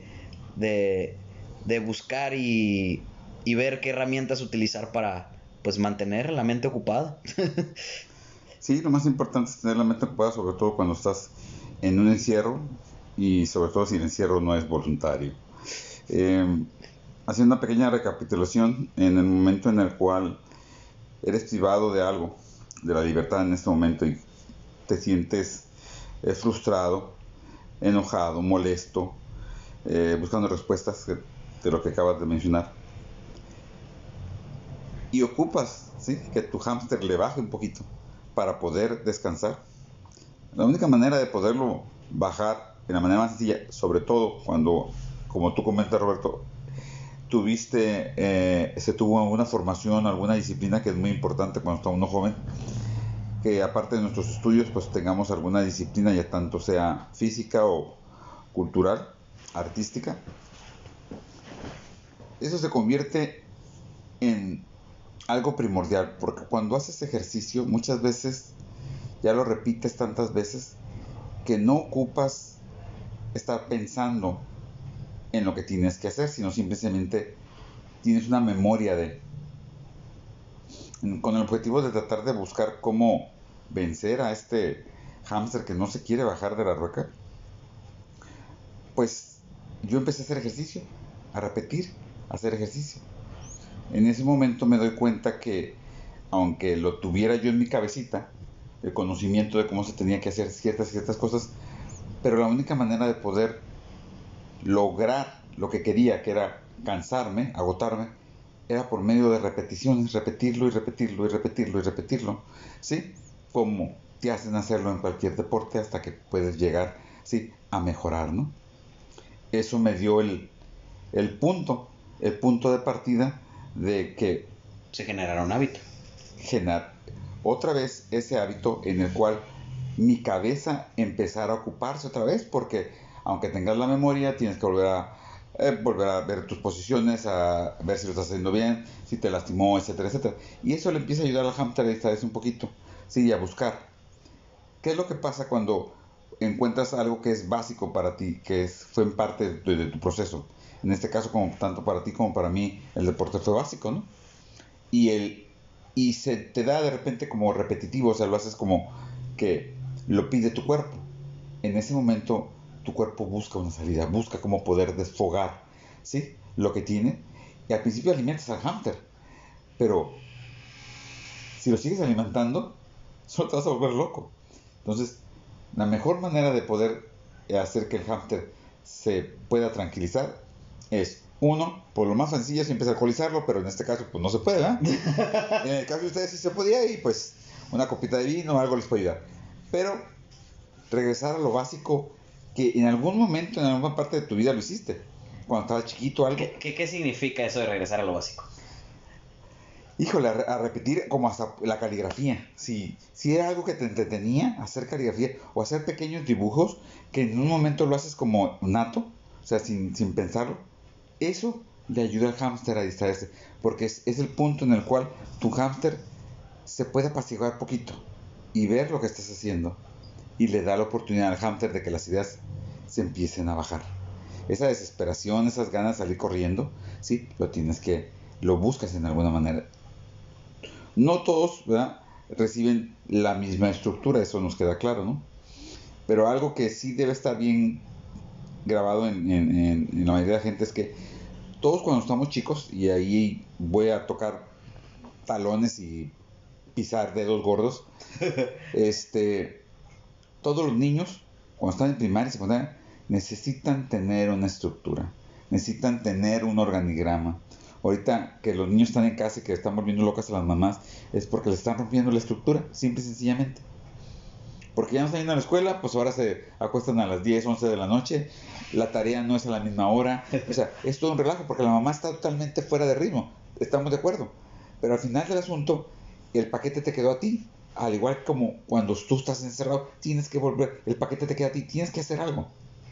[SPEAKER 1] buscar y ver qué herramientas utilizar para pues mantener la mente ocupada.
[SPEAKER 2] Sí, lo más importante es tener la mente ocupada, sobre todo cuando estás en un encierro y sobre todo si el encierro no es voluntario. Haciendo una pequeña recapitulación, en el momento en el cual eres privado de algo, de la libertad en este momento, y te sientes frustrado, enojado, molesto, buscando respuestas de lo que acabas de mencionar, y ocupas, ¿sí?, que tu hámster le baje un poquito para poder descansar. La única manera de poderlo bajar de la manera más sencilla, sobre todo cuando, como tú comentas, Roberto, se tuvo alguna formación, alguna disciplina, que es muy importante cuando está uno joven, que aparte de nuestros estudios pues tengamos alguna disciplina, ya tanto sea física o cultural, artística. Eso se convierte en algo primordial, porque cuando haces ejercicio muchas veces ya lo repites tantas veces que no ocupas estar pensando en lo que tienes que hacer, sino simplemente tienes una memoria con el objetivo de tratar de buscar cómo vencer a este hámster que no se quiere bajar de la rueca. Pues yo empecé a hacer ejercicio, a repetir, a hacer ejercicio. En ese momento me doy cuenta que, aunque lo tuviera yo en mi cabecita, el conocimiento de cómo se tenía que hacer ciertas cosas, pero la única manera de poder lograr lo que quería, que era cansarme, agotarme, era por medio de repeticiones, repetirlo y repetirlo y repetirlo y repetirlo, ¿sí? Como te hacen hacerlo en cualquier deporte hasta que puedes llegar, ¿sí?, a mejorar, ¿no? Eso me dio el punto de partida de que
[SPEAKER 1] se generara un hábito.
[SPEAKER 2] Generar otra vez ese hábito en el cual mi cabeza empezara a ocuparse otra vez, porque aunque tengas la memoria, tienes que volver a ver tus posiciones, a ver si lo estás haciendo bien, si te lastimó, etcétera, etcétera. Y eso le empieza a ayudar al hámster a distraerse un poquito, sí, a buscar. ¿Qué es lo que pasa cuando encuentras algo que es básico para ti, que fue en parte de tu proceso? en este caso, como tanto para ti como para mí, el deporte fue básico, ¿no? Y se te da de repente como repetitivo, o sea, lo haces como que lo pide tu cuerpo. En ese momento tu cuerpo busca una salida, busca cómo poder desfogar, ¿sí? Lo que tiene. Y al principio alimentas al hámster, pero si lo sigues alimentando, solo te vas a volver loco. Entonces, la mejor manera de poder hacer que el hámster se pueda tranquilizar es, uno, por lo más sencillo siempre es alcoholizarlo, pero en este caso pues no se puede, ¿verdad? En el caso de ustedes sí se podía y pues una copita de vino o algo les puede ayudar. Pero regresar a lo básico que en algún momento, en alguna parte de tu vida lo hiciste. Cuando estabas chiquito algo.
[SPEAKER 1] ¿Qué significa eso de regresar a lo básico?
[SPEAKER 2] Híjole, a repetir como hasta la caligrafía. Si era algo que te entretenía, hacer caligrafía o hacer pequeños dibujos que en un momento lo haces como nato, o sea, sin pensarlo, eso le ayuda al hámster a distraerse, porque es el punto en el cual tu hámster se puede apaciguar poquito y ver lo que estás haciendo y le da la oportunidad al hámster de que las ideas se empiecen a bajar. Esa desesperación, esas ganas de salir corriendo, sí, lo buscas en alguna manera. No todos, ¿verdad?, reciben la misma estructura, eso nos queda claro, ¿no? Pero algo que sí debe estar bien grabado en la mayoría de la gente es que todos cuando estamos chicos, y ahí voy a tocar talones y pisar dedos gordos, todos los niños, cuando están en primaria y secundaria, necesitan tener una estructura, necesitan tener un organigrama. Ahorita que los niños están en casa y que están volviendo locas a las mamás, es porque les están rompiendo la estructura, simple y sencillamente. Porque ya no están yendo a la escuela, pues ahora se acuestan a las 10, 11 de la noche, la tarea no es a la misma hora, o sea, es todo un relajo porque la mamá está totalmente fuera de ritmo, estamos de acuerdo. Pero al final del asunto, el paquete te quedó a ti, al igual como cuando tú estás encerrado, tienes que volver, el paquete te queda a ti, tienes que hacer algo.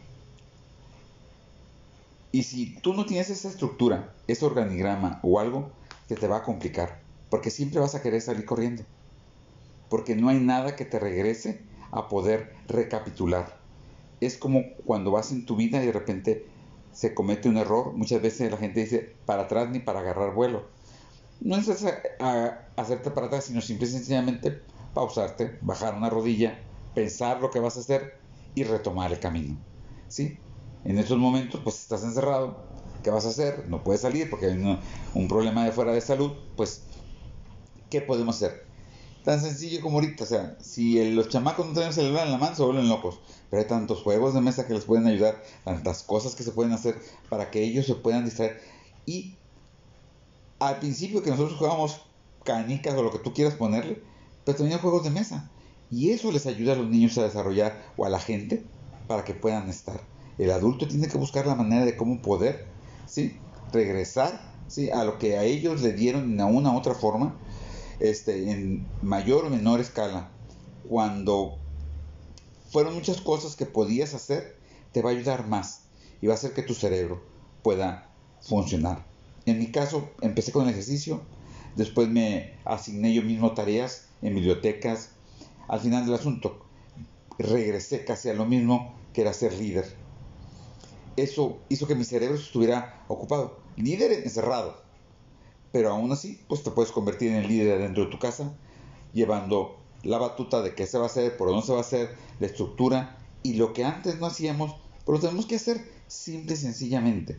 [SPEAKER 2] Y si tú no tienes esa estructura, ese organigrama o algo, que te va a complicar, porque siempre vas a querer salir corriendo, porque no hay nada que te regrese a poder recapitular. Es como cuando vas en tu vida y de repente se comete un error. Muchas veces la gente dice para atrás ni para agarrar vuelo. No es hacerte para atrás, sino simple y sencillamente pausarte, bajar una rodilla, pensar lo que vas a hacer y retomar el camino. ¿Sí? En estos momentos pues estás encerrado, ¿qué vas a hacer? No puedes salir porque hay un problema de fuera de salud, pues ¿qué podemos hacer? Tan sencillo como ahorita, o sea, si los chamacos no tienen celular en la mano se vuelven locos, pero hay tantos juegos de mesa que les pueden ayudar, tantas cosas que se pueden hacer para que ellos se puedan distraer. Y al principio que nosotros jugábamos canicas o lo que tú quieras ponerle, pero también hay juegos de mesa, y eso les ayuda a los niños a desarrollar, o a la gente, para que puedan estar. El adulto tiene que buscar la manera de cómo poder, ¿sí?, regresar, ¿sí?, a lo que a ellos le dieron de una u otra forma, en mayor o menor escala. Cuando fueron muchas cosas que podías hacer, te va a ayudar más y va a hacer que tu cerebro pueda funcionar. En mi caso, empecé con el ejercicio, después me asigné yo mismo tareas en bibliotecas. Al final del asunto, regresé casi a lo mismo, que era ser líder. Eso hizo que mi cerebro estuviera ocupado. Líder encerrado, pero aún así, pues te puedes convertir en el líder dentro de tu casa, llevando la batuta de qué se va a hacer, por dónde se va a hacer, la estructura, y lo que antes no hacíamos, pues lo tenemos que hacer simple y sencillamente.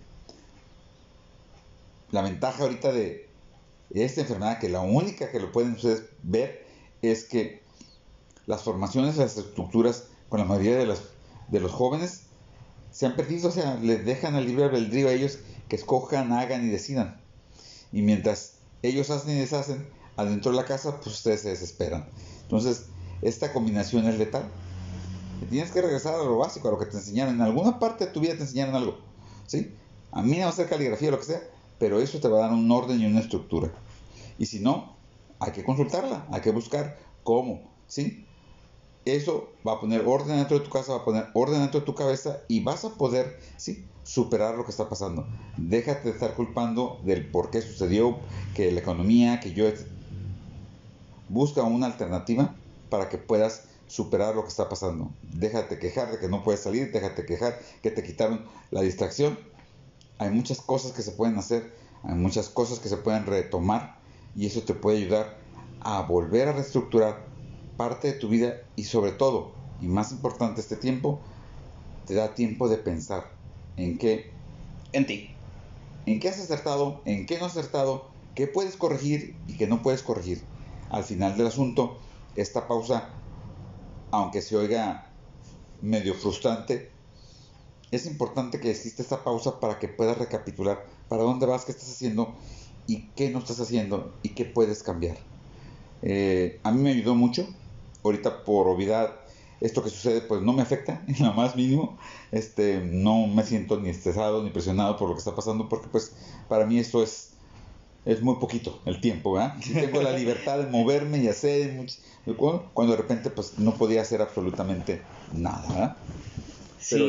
[SPEAKER 2] La ventaja ahorita de esta enfermedad, que la única que lo pueden ustedes ver, es que las formaciones, las estructuras, con la mayoría de los jóvenes, se han perdido, o sea, les dejan el libre albedrío a ellos que escojan, hagan y decidan. Y mientras ellos hacen y deshacen adentro de la casa, pues ustedes se desesperan. Entonces, esta combinación es letal. Tienes que regresar a lo básico, a lo que te enseñaron. En alguna parte de tu vida te enseñaron algo, ¿sí? A mí no va a ser caligrafía o lo que sea, pero eso te va a dar un orden y una estructura. Y si no, hay que consultarla, hay que buscar cómo, ¿sí? Eso va a poner orden dentro de tu casa, va a poner orden dentro de tu cabeza y vas a poder, ¿sí?, superar lo que está pasando. Déjate de estar culpando del por qué sucedió, que la economía, que yo... Busca una alternativa para que puedas superar lo que está pasando. Déjate quejar de que no puedes salir, déjate quejar que te quitaron la distracción. hay muchas cosas que se pueden hacer, hay muchas cosas que se pueden retomar y eso te puede ayudar a volver a reestructurar parte de tu vida y sobre todo, y más importante este tiempo, te da tiempo de pensar en qué,
[SPEAKER 1] En ti.
[SPEAKER 2] en qué has acertado, en qué no has acertado, qué puedes corregir y qué no puedes corregir. Al final del asunto, esta pausa, aunque se oiga medio frustrante, es importante que exista esta pausa para que puedas recapitular para dónde vas, qué estás haciendo y qué no estás haciendo y qué puedes cambiar. A mí me ayudó mucho. Ahorita por obviedad esto que sucede pues no me afecta en lo más mínimo. No me siento ni estresado ni presionado por lo que está pasando porque pues para mí esto es muy poquito el tiempo, ¿verdad? Y tengo la libertad de moverme y hacer cuando de repente pues no podía hacer absolutamente nada, ¿verdad?
[SPEAKER 1] Sí.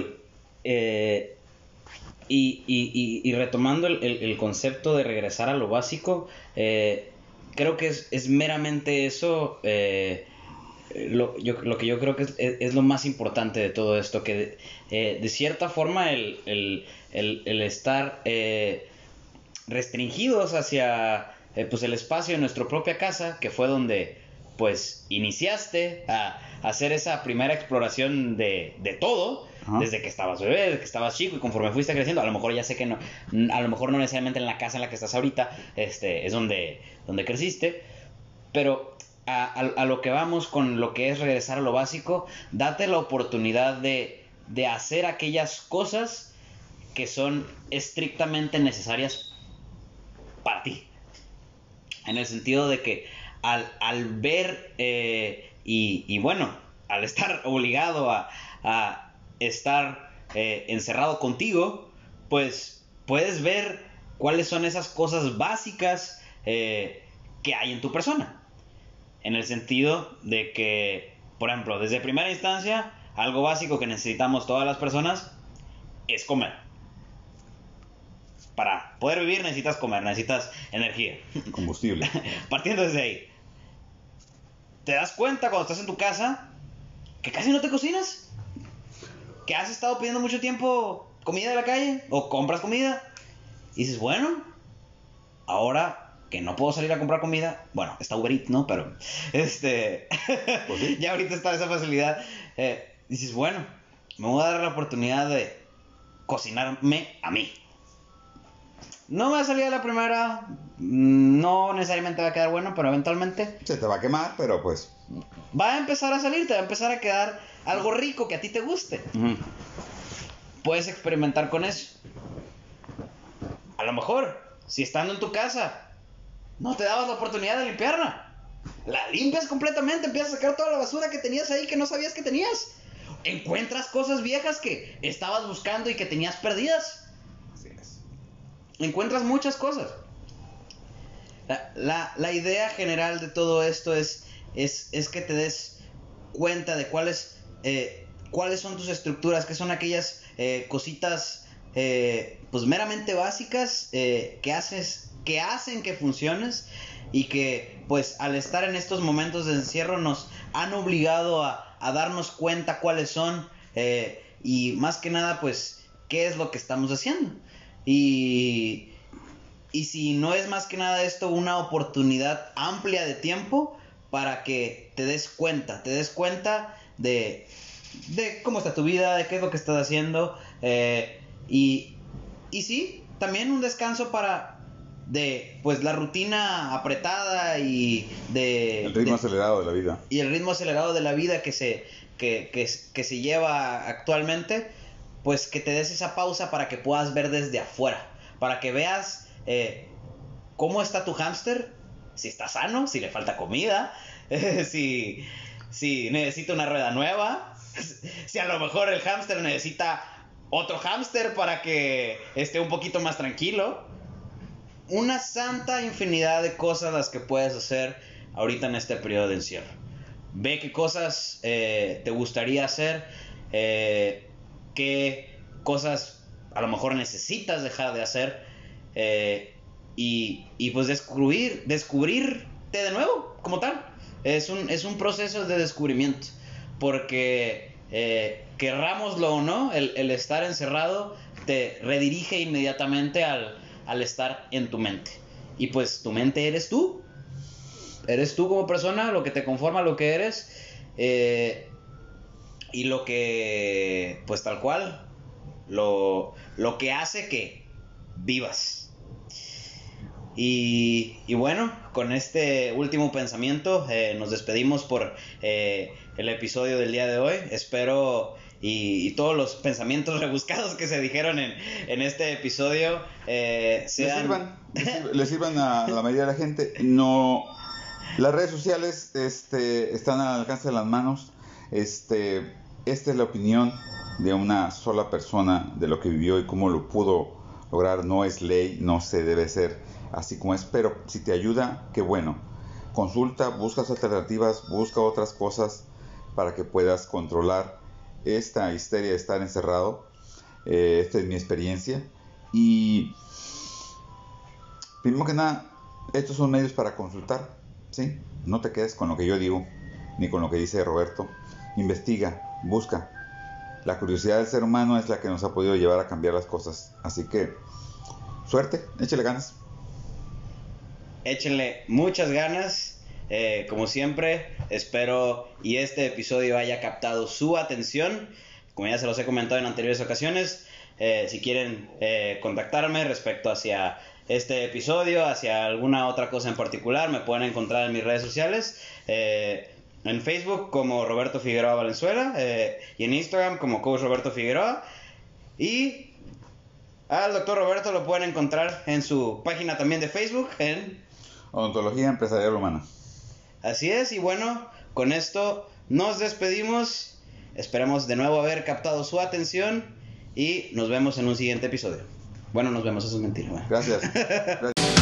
[SPEAKER 1] Y retomando el concepto de regresar a lo básico, creo que es meramente eso. Lo que yo creo que es lo más importante de todo esto, que de cierta forma el estar restringidos hacia pues el espacio de nuestra propia casa, que fue donde pues iniciaste a hacer esa primera exploración de todo. Ajá. Desde que estabas bebé, desde que estabas chico y conforme fuiste creciendo, a lo mejor ya sé que no, a lo mejor no necesariamente en la casa en la que estás ahorita es donde creciste, pero a lo que vamos con lo que es regresar a lo básico, date la oportunidad de hacer aquellas cosas que son estrictamente necesarias para ti. En el sentido de que al ver y bueno, al estar obligado a estar encerrado contigo, pues puedes ver cuáles son esas cosas básicas que hay en tu persona. En el sentido de que, por ejemplo, desde primera instancia, algo básico que necesitamos todas las personas es comer. Para poder vivir necesitas comer, necesitas energía.
[SPEAKER 2] Combustible.
[SPEAKER 1] Partiendo desde ahí. ¿Te das cuenta cuando estás en tu casa que casi no te cocinas? ¿Que has estado pidiendo mucho tiempo comida de la calle? ¿O compras comida? Y dices, bueno, ahora que no puedo salir a comprar comida, bueno, está Uber Eats, ¿no? Pero, pues sí. Ya ahorita está esa facilidad. Dices, bueno, me voy a dar la oportunidad de cocinarme a mí. No me va a salir a la primera, no necesariamente va a quedar bueno, pero eventualmente
[SPEAKER 2] se te va a quemar, pero pues
[SPEAKER 1] va a empezar a salir, te va a empezar a quedar algo rico que a ti te guste. Uh-huh. Puedes experimentar con eso. A lo mejor, si estando en tu casa no te dabas la oportunidad de limpiarla, la limpias completamente, empiezas a sacar toda la basura que tenías ahí que no sabías que tenías. Encuentras cosas viejas que estabas buscando y que tenías perdidas.
[SPEAKER 2] Así es.
[SPEAKER 1] Encuentras muchas cosas. La idea general de todo esto es que te des cuenta de cuáles son tus estructuras, que son aquellas cositas pues meramente básicas que hacen que funciones y que pues al estar en estos momentos de encierro nos han obligado a darnos cuenta cuáles son y más que nada pues qué es lo que estamos haciendo. Y si no es más que nada esto una oportunidad amplia de tiempo para que te des cuenta de cómo está tu vida, de qué es lo que estás haciendo, y sí, también un descanso de pues la rutina apretada y
[SPEAKER 2] el ritmo acelerado de la vida.
[SPEAKER 1] Y el ritmo acelerado de la vida que se lleva actualmente, pues que te des esa pausa para que puedas ver desde afuera, para que veas cómo está tu hámster, si está sano, si le falta comida, si necesita una rueda nueva, si a lo mejor el hámster necesita otro hámster para que esté un poquito más tranquilo. Una santa infinidad de cosas las que puedes hacer ahorita en este periodo de encierro. Ve qué cosas te gustaría hacer, qué cosas a lo mejor necesitas dejar de hacer, y pues descubrirte de nuevo como tal. Es un proceso de descubrimiento, porque querrámoslo o no, el estar encerrado te redirige inmediatamente al estar en tu mente. Y pues tu mente eres tú. Eres tú como persona, lo que te conforma lo que eres. Y lo que, pues tal cual, lo que hace que vivas. Y bueno, con este último pensamiento nos despedimos por el episodio del día de hoy. Espero y todos los pensamientos rebuscados que se dijeron en este episodio sean...
[SPEAKER 2] le sirvan a la mayoría de la gente. No, las redes sociales están al alcance de las manos. Esta es la opinión de una sola persona de lo que vivió y cómo lo pudo lograr. No es ley, no se debe ser así como es, pero si te ayuda, qué bueno. Consulta, busca alternativas, busca otras cosas para que puedas controlar esta histeria de estar encerrado. Esta es mi experiencia. Y primero que nada, estos son medios para consultar, ¿sí? No te quedes con lo que yo digo, ni con lo que dice Roberto. Investiga, busca. La curiosidad del ser humano es la que nos ha podido llevar a cambiar las cosas. Así que, suerte, échale ganas.
[SPEAKER 1] Échenle muchas ganas, como siempre, espero y este episodio haya captado su atención. Como ya se los he comentado en anteriores ocasiones, si quieren contactarme respecto hacia este episodio, hacia alguna otra cosa en particular, me pueden encontrar en mis redes sociales, en Facebook como Roberto Figueroa Valenzuela, y en Instagram como Coach Roberto Figueroa. Y al doctor Roberto lo pueden encontrar en su página también de Facebook, en
[SPEAKER 2] Odontología Empresarial Humana.
[SPEAKER 1] Así es, y bueno, con esto nos despedimos. Esperamos de nuevo haber captado su atención y nos vemos en un siguiente episodio. Bueno, nos vemos, eso es mentira. Bueno.
[SPEAKER 2] Gracias. Gracias.